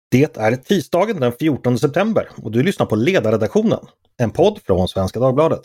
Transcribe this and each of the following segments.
Det är tisdagen den 14 september och du lyssnar på Ledarredaktionen, en podd från Svenska Dagbladet.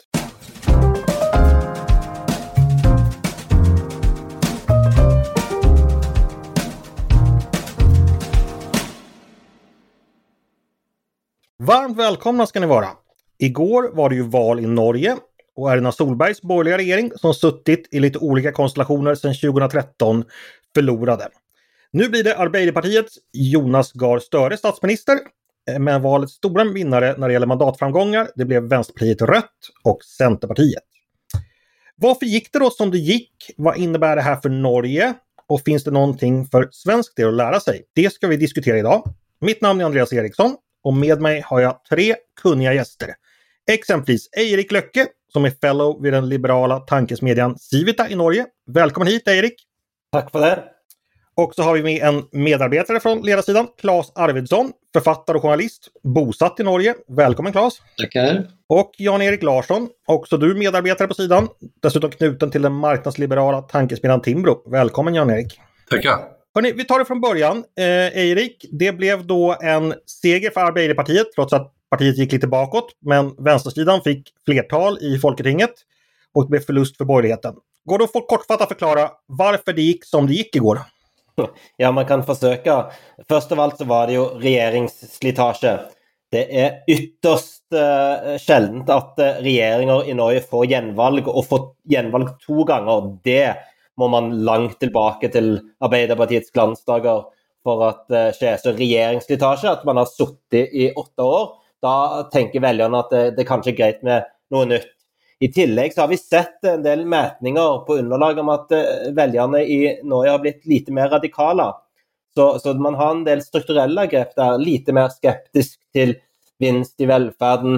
Varmt välkomna ska ni vara. Igår var det ju val i Norge och Erna Solbergs borgerliga regering som suttit i lite olika konstellationer sedan 2013 förlorade. Nu blir det Arbeiderpartiets Jonas Gahr Støre statsminister, men valets stora vinnare när det gäller mandatframgångar, det blev Vänsterpartiet Rött och Centerpartiet. Varför gick det då som det gick? Vad innebär det här för Norge? Och finns det någonting för svensk del att lära sig? Det ska vi diskutera idag. Mitt namn är Andreas Eriksson och med mig har jag 3 kunniga gäster. Exempelvis Eirik Løkke som är fellow vid den liberala tankesmedjan Civita i Norge. Välkommen hit Eirik! Tack för det! Och så har vi med en medarbetare från ledarsidan, Claes Arvidsson, författare och journalist, bosatt i Norge. Välkommen Claes! Tackar! Och Jan-Erik Larsson, också du medarbetare på sidan, dessutom knuten till den marknadsliberala tankesmedjan Timbro. Välkommen Jan-Erik! Tackar! Hörrni, vi tar det från början. Eirik, det blev då en seger för Arbeiderpartiet trots att partiet gick lite bakåt, men vänstersidan fick flertal i Folketinget och det blev förlust för borgerligheten. Går det att få kortfattat förklara varför det gick som det gick igår? Ja, man kan försöka. Först av allt så var det ju regeringsslitage. Det är ytterst sjeldent att regeringar i Norge får genvalg och fått genvalg 2 gånger. Det må man långt tillbaka till Arbeiderpartiets glansdagar för att ske. Så regeringsslitage, att man har suttit i 8 år, då tänker väljarna att det kanske är grejt med något nytt. I tillägg så har vi sett en del mätningar på underlag om att väljarna i Norge har blivit lite mer radikala. Så man har en del strukturella grepp där, lite mer skeptisk till vinst i välfärden.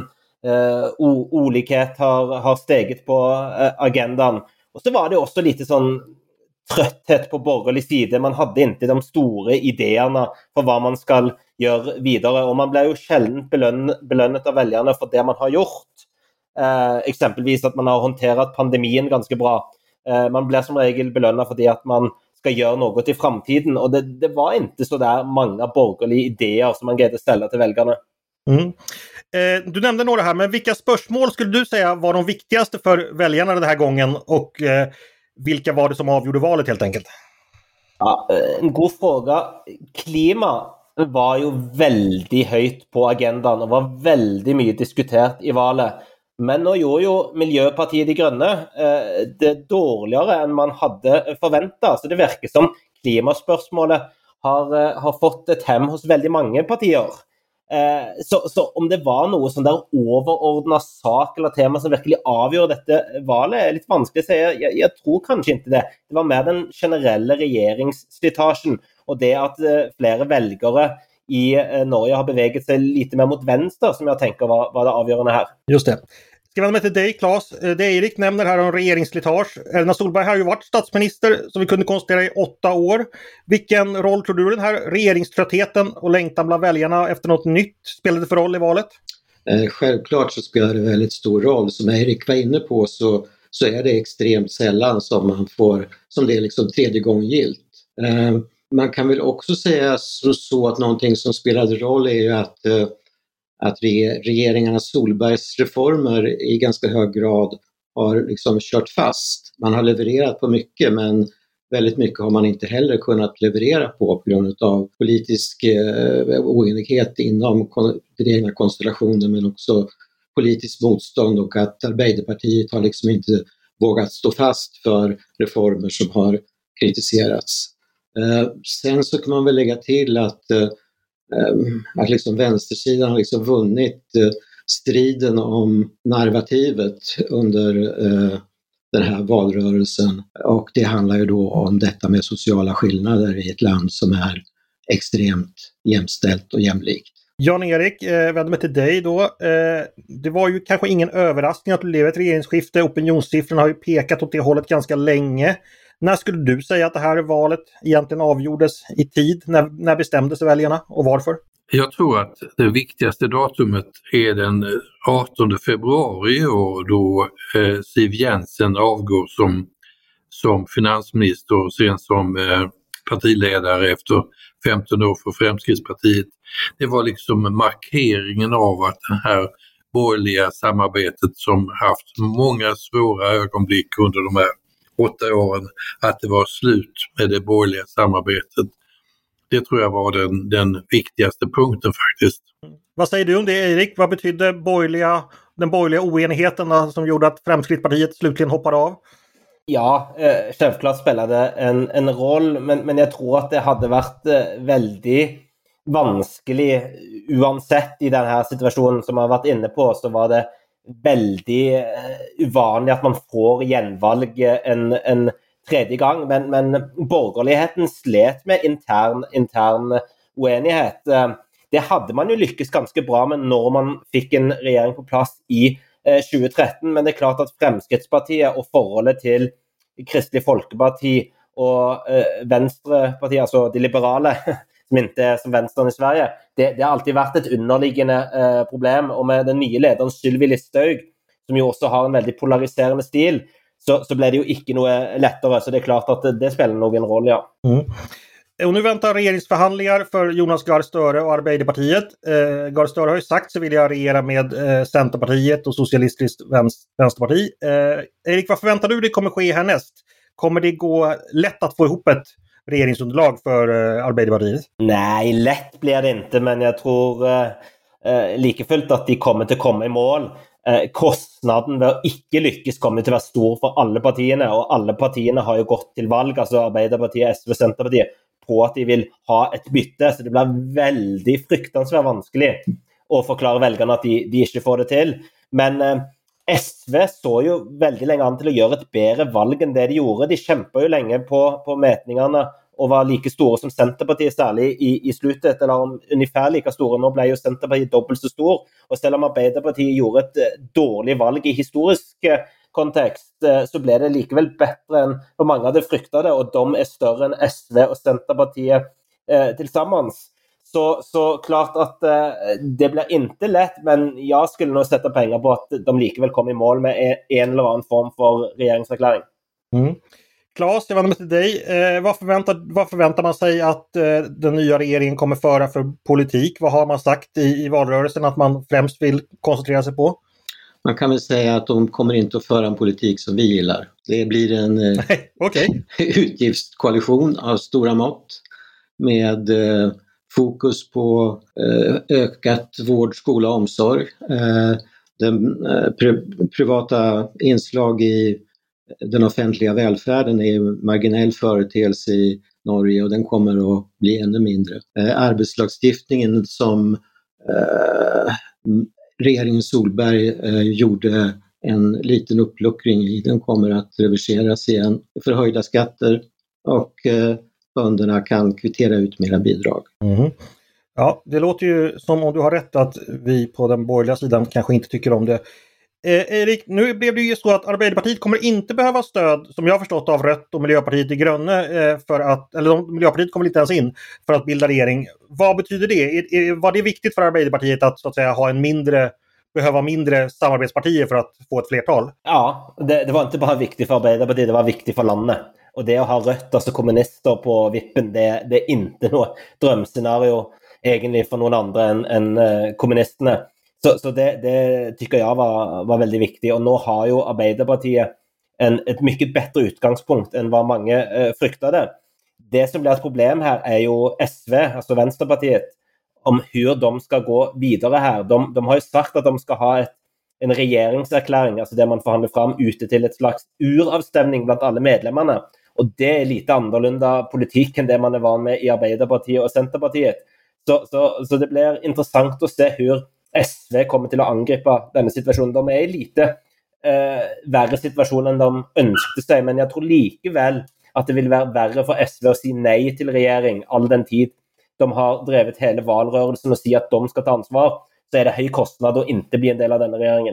Olikhet har stegit på agendan. Och så var det också lite sån trötthet på borgerlig sida. Man hade inte de stora idéerna för vad man ska göra vidare. Och man blev ju sällan belönat av väljarna för det man har gjort. Exempelvis att man har hanterat pandemin ganska bra. Man blir som regel belönad för det att man ska göra något i framtiden. Och det var inte så där många borgerliga idéer som man gärna ställa till väljarna. Mm. Du nämnde några här, men vilka spörsmål skulle du säga var de viktigaste för väljarna den här gången och vilka var det som avgjorde valet helt enkelt? Ja, en god fråga. Klima var ju väldigt högt på agendan och var väldigt mycket diskuterat i valet. Men nu gjorde ju Miljöpartiet de gröna det dåligare än man hade förväntat. Så det verkar som klimaspörsmålet har fått ett hem hos väldigt många partier. Så om det var något sån där överordnad sak eller tema som verkligen avgör detta valet är lite vanskligt att säga. Jag tror kanske inte det. Det var med den generella regeringsslitagen och det att flera väljare i Norge har bevägat sig lite mer mot vänster som jag tänker var det avgörande här. Just det. Ska vända mig till dig Claes. Det Erik nämner här om regeringsslitage. Erna Solberg har ju varit statsminister som vi kunde konstatera i 8 år. Vilken roll tror du den här regeringströttheten och längtan bland väljarna efter något nytt spelade för roll i valet? Självklart så spelar det väldigt stor roll. Som Erik var inne på så är det extremt sällan som man får, som det är liksom 3:e gången gilt. Man kan väl också säga så att någonting som spelade roll är ju att regeringarna Solbergs reformer i ganska hög grad har liksom kört fast. Man har levererat på mycket, men väldigt mycket har man inte heller kunnat leverera på grund av politisk oenighet inom den egna konstellationen, men också politiskt motstånd och att Arbeiderpartiet har liksom inte vågat stå fast för reformer som har kritiserats. Sen så kan man väl lägga till att liksom vänstersidan har liksom vunnit striden om narrativet under den här valrörelsen, och det handlar ju då om detta med sociala skillnader i ett land som är extremt jämställt och jämlikt. Jan-Erik, vänder mig till dig då. Det var ju kanske ingen överraskning att det blev ett regeringsskifte. Opinionssiffrorna har ju pekat åt det hållet ganska länge. När skulle du säga att det här valet egentligen avgjordes i tid? När bestämde sig väljarna och varför? Jag tror att det viktigaste datumet är den 18 februari i år då Siv Jensen avgår som finansminister och sen som partiledare efter 15 år för Fremskrittspartiet. Det var liksom markeringen av att det här borgerliga samarbetet som haft många svåra ögonblick under de här 8 åren, att det var slut med det borgerliga samarbetet. Det tror jag var den viktigaste punkten faktiskt. Vad säger du om det, Erik? Vad betydde den borgerliga oenigheten som gjorde att Fremskrittspartiet slutligen hoppade av? Ja, självklart spelade en roll, men jag tror att det hade varit väldigt vanskelig uansett i den här situationen som man varit inne på, så var det väldigt ovanligt att man får genvalg en tredje gång, men borgerligheten slet med intern oenighet. Det hade man ju lyckats ganska bra med när man fick en regering på plats i 2013, men det är klart att Fremskrittspartiet och förhållandet till Kristelig Folkeparti och Venstrepartiet, alltså de liberala, som inte är som vänstern i Sverige, det har alltid varit ett underliggande problem, och med den nya ledaren Sylvi Listhaug, som ju också har en väldigt polariserande stil, så blev det ju inte något lättare, så det är klart att det spelar nog en roll, ja. Och nu väntar regeringsförhandlingar för Jonas Gahr Støre och Arbeiderpartiet. Gahr Støre har ju sagt så vill jag regera med Centerpartiet och Socialistiskt Vänsterparti. Erik, vad förväntar du det kommer ske härnäst? Kommer det gå lätt att få ihop ett regeringsunderlag för Arbeiderpartiet? Nej, lätt blir det inte, men jag tror likafullt att de kommer att komma i mål. Kostnaden ved å ikke lykkes kommer til å være stor for alle partiene, og alle partiene har jo gått til valg, altså Arbeiderpartiet, SV, Senterpartiet, på at de vil ha et bytte, så det blir veldig fruktansvært vanskelig å forklare velgerne at de ikke får det til. Men SV så jo veldig lenge an til å gjøre et bedre valg enn det de gjorde. De kjempet jo lenge på mätningarna og var like store som Senterpartiet, særlig i slutet, eller ungefär lika store. Nå ble jo Senterpartiet dobbelt så stor, og selv om Arbeiderpartiet gjorde et dårlig valg i historisk kontekst, så ble det likevel bedre enn for mange hadde fryktet det, og de er større enn SV og Senterpartiet tillsammans. Så klart at det blir inte lätt, men jag skulle nog sätta pengar på att de likevel kommer i mål med en eller annan form för regeringserklæring. Claes, jag vänder mig till dig. Vad förväntar man sig att den nya regeringen kommer föra för politik? Vad har man sagt i valrörelsen att man främst vill koncentrera sig på? Man kan väl säga att de kommer inte att föra en politik som vi gillar. Det blir en utgiftskoalition av stora mått med fokus på ökat vård, skola och omsorg. Privata inslag i den offentliga välfärden är marginell företeelse i Norge, och den kommer att bli ännu mindre. Arbetslagstiftningen som regeringen Solberg gjorde en liten uppluckring i, den kommer att reverseras igen. Förhöjda skatter, och bönderna kan kvittera ut mera bidrag. Ja, det låter ju som om du har rätt att vi på den borgerliga sidan kanske inte tycker om det. Erik, nu blev det ju så att Arbeiderpartiet kommer inte behöva stöd, som jag har förstått, av Rött och Miljöpartiet de gröna, Miljöpartiet kommer inte ens in för att bilda regering. Vad betyder det? Var det viktigt för Arbeiderpartiet att så att säga behöva mindre samarbetspartier för att få ett flertal? Ja, det var inte bara viktigt för Arbeiderpartiet, det var viktigt för landet. Och det att ha Rött, alltså kommunister på vippen, det är inte något drömscenario egentligen för någon andra än kommunisterna. Så det tycker jag var väldigt viktigt. Och nu har ju Arbeiderpartiet ett mycket bättre utgångspunkt än vad många fruktade. Det som blir ett problem här är ju SV, alltså Vänsterpartiet, om hur de ska gå vidare här. De har ju sagt att de ska ha en regeringserklæring, alltså det man förhandlar fram ute till ett slags uravstämning bland alla medlemmarna. Och det är lite annorlunda politik än det man är van med i Arbeiderpartiet och Centerpartiet. Så det blir intressant att se hur SV kommer till att angripa denna situation. De är i lite värre situation än de önskade sig, men jag tror likeväl att det vill vara värre för SV att säga nej till regering all den tid de har drivit hela valrörelsen och säga att de ska ta ansvar, så är det hög kostnad att inte bli en del av den regeringen.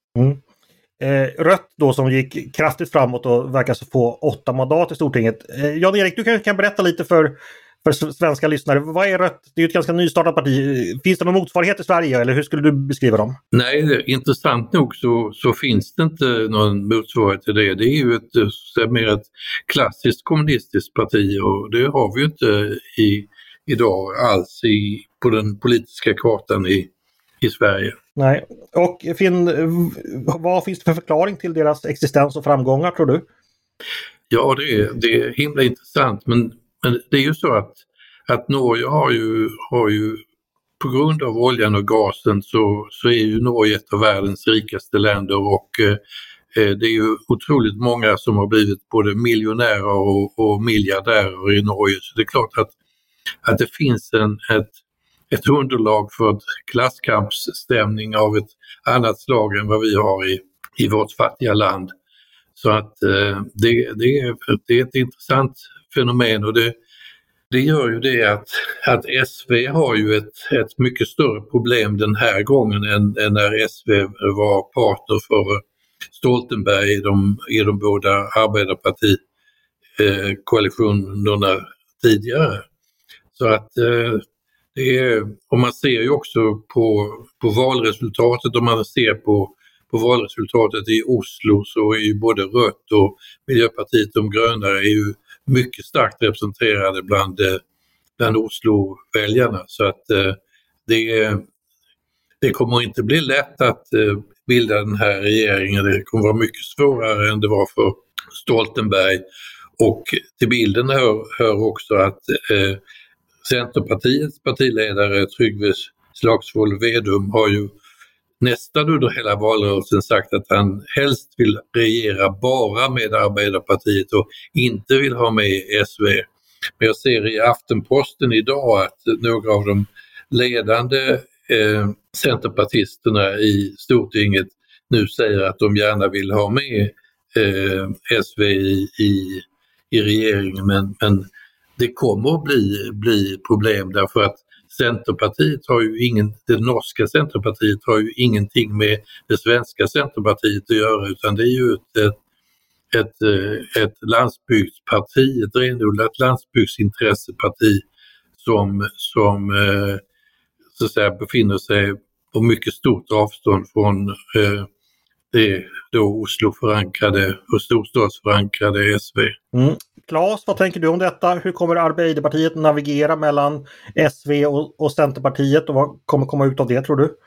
Rött då, som gick kraftigt framåt och verkar få 8 mandat i Stortinget. Jan-Erik, du kan berätta lite för för svenska lyssnare. Vad är Rött? Det är ju ett ganska nystartat parti. Finns det någon motsvarighet i Sverige eller hur skulle du beskriva dem? Nej, intressant nog så finns det inte någon motsvarighet till det. Det är ju mer ett klassiskt kommunistiskt parti och det har vi ju inte idag alls på den politiska kartan i Sverige. Nej, och vad finns det för förklaring till deras existens och framgångar tror du? Ja, det är himla intressant men det är ju så att Norge har ju på grund av oljan och gasen så är ju Norge ett av världens rikaste länder och det är ju otroligt många som har blivit både miljonärer och miljardärer i Norge. Så det är klart att det finns ett underlag för ett klasskampsstämning av ett annat slag än vad vi har i vårt fattiga land. Så att det är ett intressant fenomen och det gör ju det att SV har ju ett mycket större problem den här gången än när SV var partner för Stoltenberg i de båda arbetarpartikoalitionerna tidigare. Så att och man ser ju också på valresultatet, om man ser på valresultatet i Oslo så är ju både Rött och Miljöpartiet de gröna är ju mycket starkt representerade bland Oslo-väljarna. Så att det kommer inte bli lätt att bilda den här regeringen. Det kommer vara mycket svårare än det var för Stoltenberg. Och till bilden hör också att Centerpartiets partiledare Trygve Slagsvold Vedum har ju nästan under hela valrörelsen sagt att han helst vill regera bara med Arbeiderpartiet och inte vill ha med SV. Men jag ser i Aftenposten idag att några av de ledande centerpartisterna i Stortinget nu säger att de gärna vill ha med SV i regeringen men det kommer att bli problem därför att Centerpartiet har ju det norska Centerpartiet har ju ingenting med det svenska Centerpartiet att göra utan det är ju ett landsbygdsparti, ett renodlat landsbygdsintresseparti som så att säga befinner sig på mycket stort avstånd från det då Oslo-förankrade och storstadsförankrade SV. Claes, vad tänker du om detta? Hur kommer Arbeiderpartiet navigera mellan SV och Centerpartiet och vad kommer komma ut av det tror du?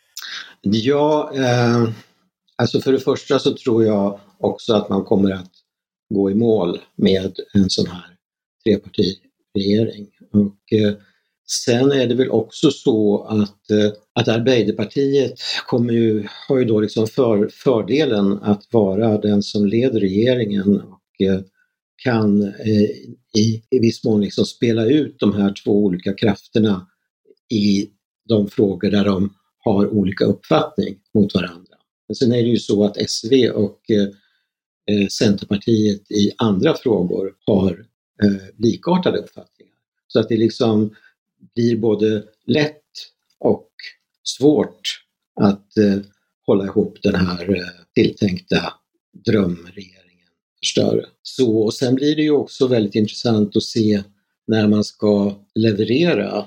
Ja, alltså för det första så tror jag också att man kommer att gå i mål med en sån här trepartiregering. Och sen är det väl också så att Arbeiderpartiet har ju då liksom fördelen att vara den som leder regeringen och kan i viss mån liksom spela ut de här två olika krafterna i de frågor där de har olika uppfattning mot varandra. Men sen är det ju så att SV och Centerpartiet i andra frågor har likartade uppfattningar. Så att det liksom blir både lätt och svårt att hålla ihop den här tilltänkta drömregeringen för större. Så, och sen blir det ju också väldigt intressant att se när man ska leverera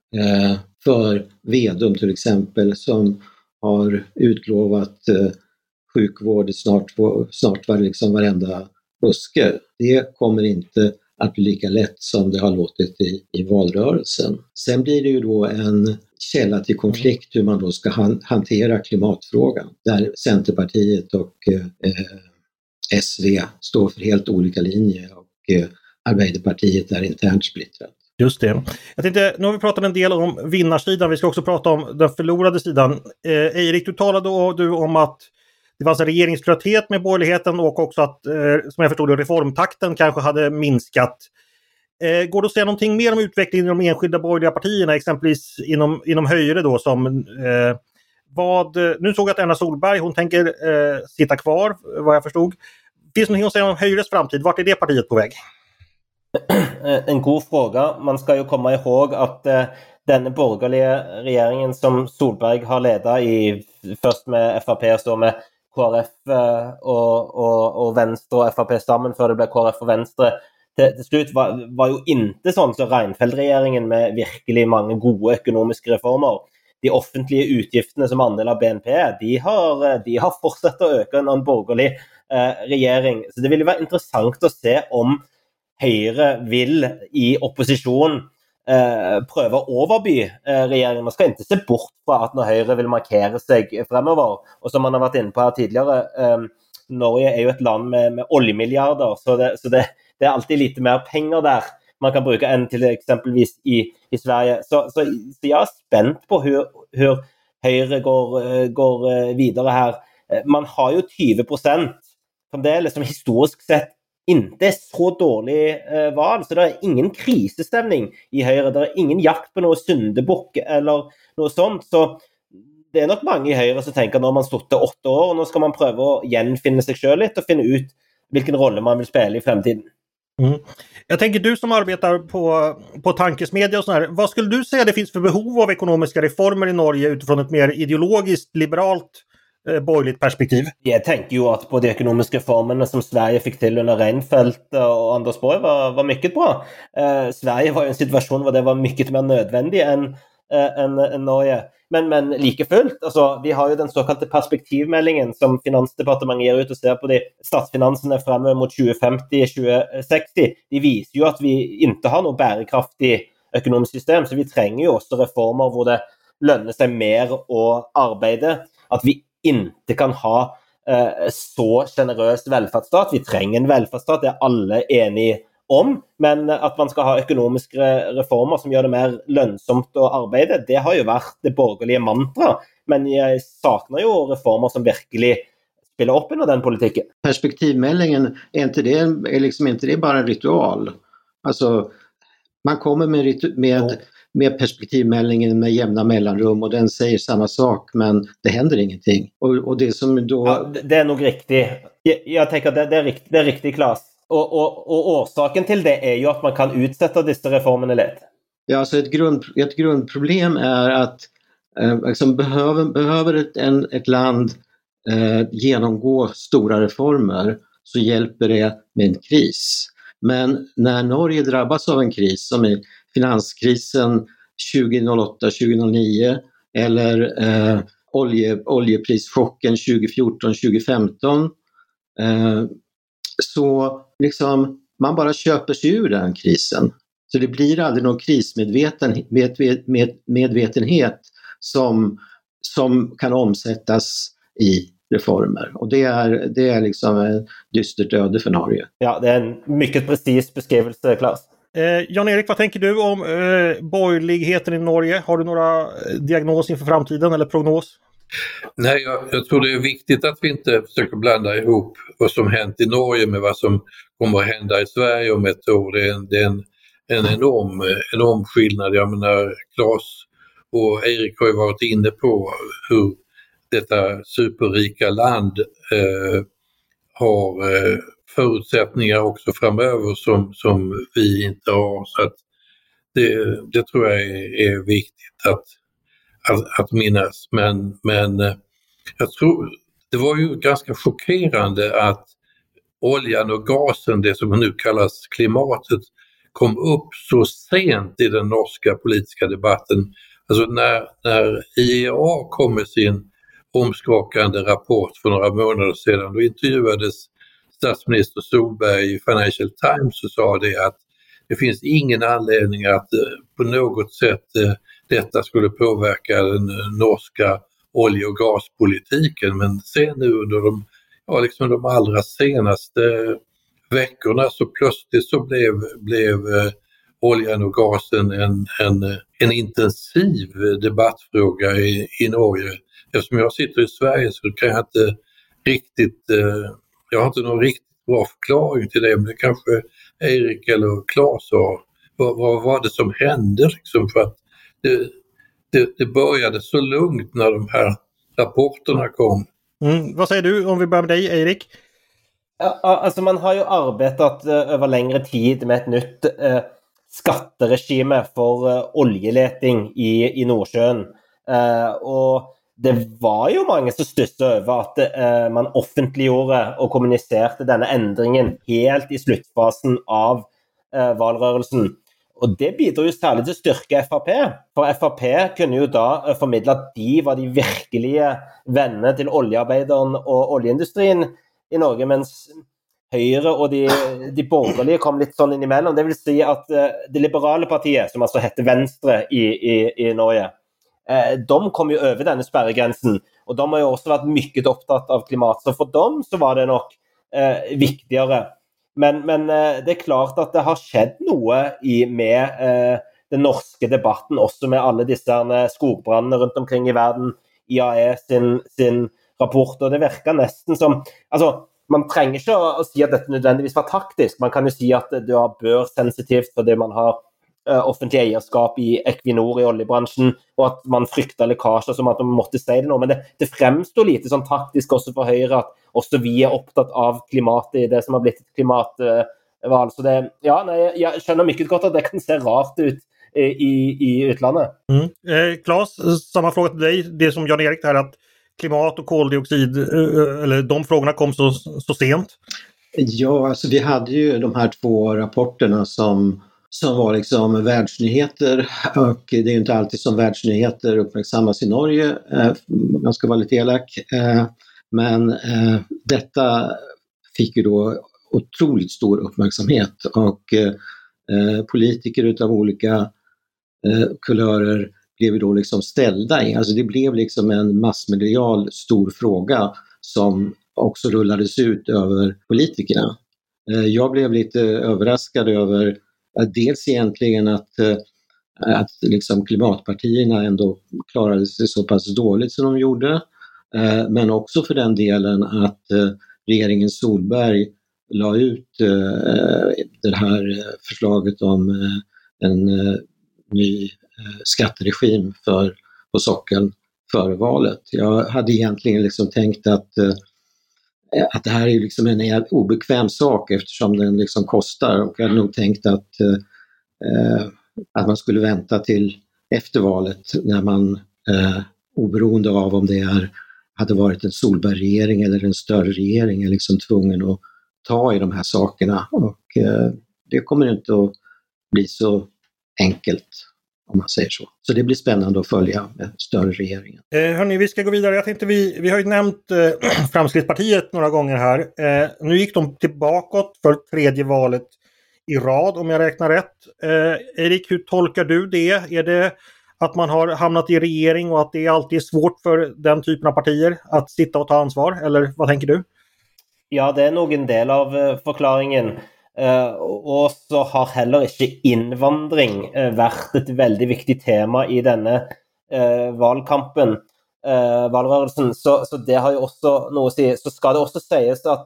för Vedum till exempel som har utlovat sjukvård i snart var liksom varenda buske. Det kommer inte att bli lika lätt som det har låtit i valrörelsen. Sen blir det ju då en källa till konflikt hur man då ska hantera klimatfrågan. Där Centerpartiet och SV står för helt olika linjer och Arbeiderpartiet är internt splittrat. Just det. Jag tänkte, nu har vi pratat en del om vinnarsidan, vi ska också prata om den förlorade sidan. Erik, du talade om att det fanns en regeringströtthet med borgerligheten och också att, som jag förstod det, reformtakten kanske hade minskat. Går det att säga någonting mer om utvecklingen i de enskilda borgerliga partierna, exempelvis inom Høyre då som nu såg jag att Erna Solberg, hon tänker sitta kvar, vad jag förstod. Finns det någonting att säga om Høyres framtid? Vart är det partiet på väg? En god fråga. Man ska ju komma ihåg att den borgerliga regeringen som Solberg har ledat först med FRP och så med KrF och Venstre och FRP sammen før det blev KrF och Venstre. til slutt var jo ikke sånn som Reinfeldt-regjeringen med virkelig mange gode økonomiske reformer. De offentlige utgiftene som andel av BNP, de har fortsatt å øke under en borgerlig regjering. Så det vil jo være interessant å se om Høyre vil i opposisjon prøve å overby regjeringen. Man skal ikke se bort fra at når Høyre vil markere seg fremover, og som man har vært inne på her tidligere, Norge er jo et land med oljemilliarder, så det er alltid lite mer penger der man kan bruke enn til eksempelvis i Sverige. Så jeg er spent på hur Høyre går videre her. Man har jo 20% fremdeles som historisk sett inte så dårlig valg, så det er ingen krisestemning i Høyre, det er ingen jakt på noe syndebukk eller noe sånt, så det er nok mange i Høyre som tenker når man stått 8 år, og nå skal man prøve å gjenfinne sig själv litt og finne ut hvilken rolle man vill spela i fremtiden. Jag tänker du som arbetar på tankesmedja och sådär, vad skulle du säga det finns för behov av ekonomiska reformer i Norge utifrån ett mer ideologiskt, liberalt, borgerligt perspektiv? Jag tänker ju att på de ekonomiska reformerna som Sverige fick till under Reinfeldt och Anders Borg var mycket bra. Sverige var i en situation där det var mycket mer nödvändigt än Norge. Men like fullt, alltså, vi har ju den såkalte perspektivmeldingen som Finansdepartementet ger ut och ser på de statsfinansene fremover mot 2050-2060. De viser ju att vi inte har något bærekraftig økonomisk system, så vi trenger ju också reformer hvor det lønner sig mer å arbeide, at vi inte kan ha så generøs velferdsstat. Vi trenger en velferdsstat, det er alle enige om, men at man skal ha økonomiske reformer som gjør det mer lønnsomt å arbeide, det har jo vært det borgerlige mantra, men jeg saknar jo reformer som virkelig spiller opp under den politikken. Perspektivmeldingen, är liksom inte det bara en ritual? Alltså, man kommer med perspektivmeldingen med jämna mellanrum och den säger samma sak, men det händer ingenting. Och det som då... Ja, det är nog riktigt. Jag tänker att det är riktigt klass. Och orsaken till det är ju att man kan utsätta dessa reformerna lätt. Ja, alltså ett grundproblem är att liksom behöver ett land genomgå stora reformer, så hjälper det med en kris. Men när Norge drabbas av en kris som är finanskrisen 2008-2009 eller oljeprischocken 2014-2015, så liksom man bara köper sig ur den krisen. Så det blir aldrig någon krismedvetenhet som kan omsättas i reformer. Och det är liksom ett dystert öde för Norge. Ja, det är en mycket precis beskrivelse, Claes. Jan-Erik, vad tänker du om borgerligheten i Norge? Har du några diagnos inför framtiden eller prognos? Nej, jag tror det är viktigt att vi inte försöker blanda ihop vad som hänt i Norge med vad som kommer att hända i Sverige om ett år. Det är en enorm skillnad. Jag menar, Claes och Erik har ju varit inne på hur detta superrika land har förutsättningar också framöver som vi inte har. Så att det tror jag är viktigt att minnas. Men jag tror det var ju ganska chockerande att oljan och gasen, det som nu kallas klimatet, kom upp så sent i den norska politiska debatten. Alltså när IEA kom med sin omskakande rapport för några månader sedan, då intervjuades statsminister Solberg i Financial Times och sa det att det finns ingen anledning att på något sätt detta skulle påverka den norska olje- och gaspolitiken. Men sen nu under de allra senaste veckorna så plötsligt så blev oljan och gasen en intensiv debattfråga i Norge. Eftersom jag sitter i Sverige så kan jag inte riktigt, jag har inte någon riktigt bra förklaring till det, men det kanske Erik eller Claes har. Vad var det som hände liksom, för att det började så lugnt när de här rapporterna kom. Vad säger du om vi börjar med dig, Erik? Ja, alltså man har ju arbetat över längre tid med ett nytt skatteregime för oljeleting i Nordsjön. Och det var ju många som stussade över att man offentliggjorde och kommunicerade denna ändringen helt i slutfasen av valrörelsen. Og det bidrar jo særlig til å styrke FrP. For FrP kunne jo da formidle at de var de virkelige vennene til oljearbeideren og oljeindustrien i Norge, mens Høyre og de borgerlige kom litt sånn innimellom. Det vil si at det liberale partiet, som altså heter Venstre i Norge, de kom jo over denne sperregrensen, og de har jo også vært mye opptatt av klimat. Så for dem så var det nok viktigere. Men det er klart at det har skjedd noe med den norske debatten, også med alle disse skogbrannene rundt omkring i verden, IAE sin rapport, og det virker nesten som... Altså, man trenger ikke å si at dette nødvendigvis var taktisk. Man kan jo si at det var børssensitivt fordi man har offentlig eierskap i Equinor i oljebransjen, og at man frykter lekkasjer som at man måtte si det nå. Men det fremstår lite sånn taktisk også for Høyre at også vi er opptatt av klimatet i det som har blitt et klimatvalg. Så jeg skjønner mye godt at det kan se rart ut i utlandet. Claes, samma fråga till dig. Det som Jan-Erik här att klimat och koldioxid, eller de frågorna kom så sent? Ja, alltså vi hade ju de här 2 rapporterna som var liksom världsnyheter, och det är ju inte alltid som världsnyheter uppmärksammas i Norge, man ska vara lite elak, men detta fick ju då otroligt stor uppmärksamhet, och politiker utav olika kulörer blev då liksom ställda i. Alltså det blev liksom en massmedial stor fråga som också rullades ut över politikerna. Jag blev lite överraskad över dels egentligen att liksom klimatpartierna ändå klarade sig så pass dåligt som de gjorde, men också för den delen att regeringen Solberg la ut det här förslaget om en ny skatteregim på socken före valet. Jag hade egentligen liksom tänkt att det här är liksom en obekväm sak eftersom den liksom kostar, och jag hade nog tänkt att man skulle vänta till efter valet när man oberoende av om det hade varit en Solberg-regering eller en större regering är liksom tvungen att ta i de här sakerna, och det kommer inte att bli så enkelt om man säger så. Så det blir spännande att följa med större regeringen. Hörrni, vi ska gå vidare. Jag tänkte vi har ju nämnt Framstegspartiet några gånger här. Nu gick de tillbaka för 3:e valet i rad om jag räknar rätt. Erik, hur tolkar du det? Är det att man har hamnat i regering och att det alltid är svårt för den typen av partier att sitta och ta ansvar? Eller vad tänker du? Ja, det är nog en del av förklaringen. Og så har heller ikke innvandring vært et veldig viktig tema i denne valgkampen, valgrørelsen, så det har jo også noe å si. Så skal det også sies at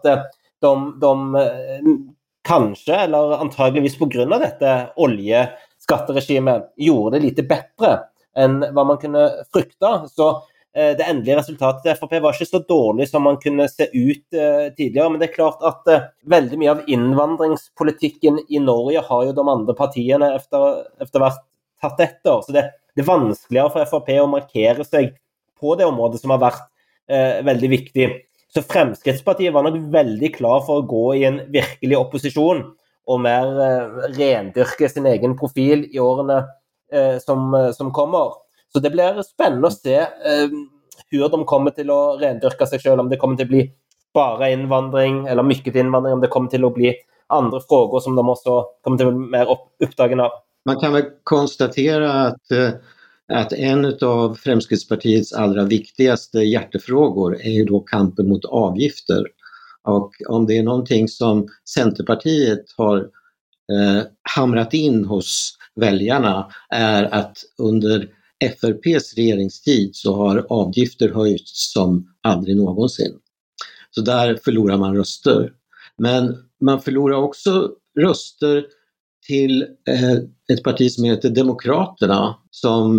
de kanskje, eller antageligvis på grunn av dette oljeskatteregimet, gjorde det lite bedre enn hva man kunne frykte. Så det endelige resultatet til FrP var ikke så dårlig som man kunne se ut tidligere, men det er klart at veldig mye av innvandringspolitikken i Norge har jo de andre partiene efter hvert tatt etter, så det er vanskeligere for FrP å markere seg på det området som har vært veldig viktig. Så Fremskrittspartiet var nok veldig klar for å gå i en virkelig opposisjon og mer rendyrke sin egen profil i årene som kommer. Så det blir spennende å se hur de kommer til å rendyrke seg selv, om det kommer til å bli bare innvandring, eller mykket innvandring, om det kommer til å bli andre frågor som de også kommer til å bli mer uppdagen av. Man kan väl konstatera att en av Fremskrittspartiets allra viktigaste hjärtefrågor är ju då kampen mot avgifter. Och om det är någonting som Centerpartiet har hamrat in hos väljarna är att under FRPs regeringstid så har avgifter höjts som aldrig någonsin. Så där förlorar man röster. Men man förlorar också röster till ett parti som heter Demokraterna som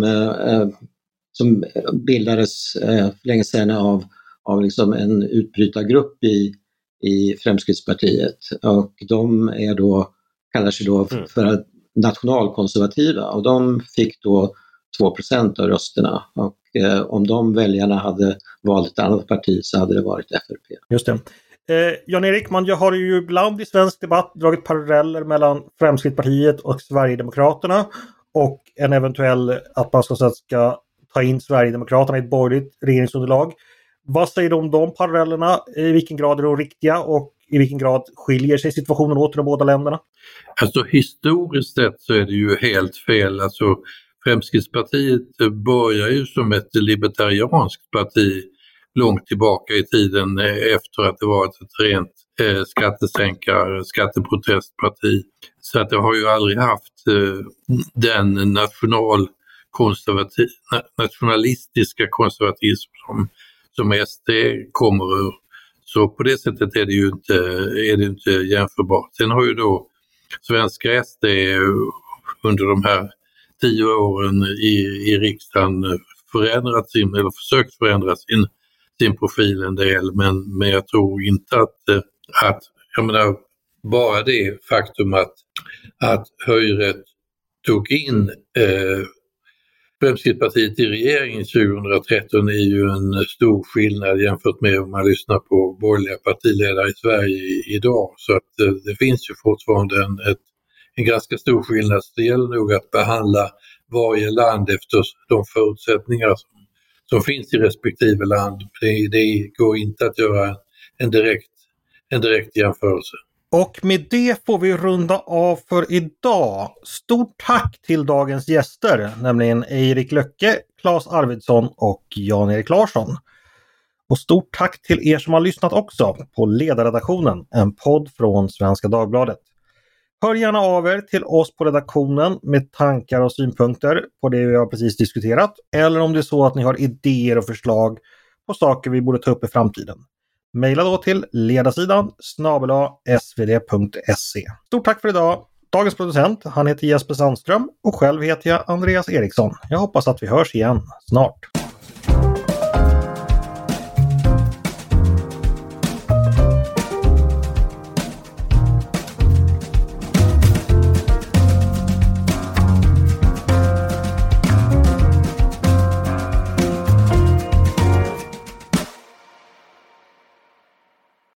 bildades länge sedan av liksom en utbrytargrupp i Fremskrittspartiet. Och de är då, kallar sig då för nationalkonservativa, och de fick då 2% av rösterna, och om de väljarna hade valt ett annat parti så hade det varit FRP. Just det. Jan-Erik, man har ju ibland i svensk debatt dragit paralleller mellan Fremskrittspartiet och Sverigedemokraterna och en eventuell att man ska ta in Sverigedemokraterna i ett borgerligt regeringsunderlag. Vad säger du om de parallellerna? I vilken grad är de riktiga och i vilken grad skiljer sig situationen åt i de båda länderna? Alltså historiskt sett så är det ju helt fel. Alltså Fremskrittspartiet börjar ju som ett libertarianskt parti långt tillbaka i tiden efter att det var ett rent skatteprotestparti. Så att det har ju aldrig haft den nationalistiska konservatism som SD kommer ur. Så på det sättet är det inte jämförbart. Sen har ju då svenska SD under de här 10 åren i riksdagen försökt förändra sin profil en del, men jag tror inte att jag menar, bara det faktum att Høyre tog in Fremskrittspartiet i regeringen 2013 är ju en stor skillnad jämfört med om man lyssnar på borgerliga partiledare i Sverige idag. Så att det finns ju fortfarande en ganska stor skillnad. Så det gäller nog att behandla varje land efter de förutsättningar som finns i respektive land. Det går inte att göra en direkt jämförelse. Och med det får vi runda av för idag. Stort tack till dagens gäster, nämligen Eirik Løkke, Claes Arvidsson och Jan-Erik Larsson. Och stort tack till er som har lyssnat också på Ledarredaktionen, en podd från Svenska Dagbladet. Hör gärna av er till oss på redaktionen med tankar och synpunkter på det vi har precis diskuterat, eller om det är så att ni har idéer och förslag på saker vi borde ta upp i framtiden. Maila då till ledarsidan@svd.se. Stort tack för idag. Dagens producent, han heter Jesper Sandström och själv heter jag Andreas Eriksson. Jag hoppas att vi hörs igen snart.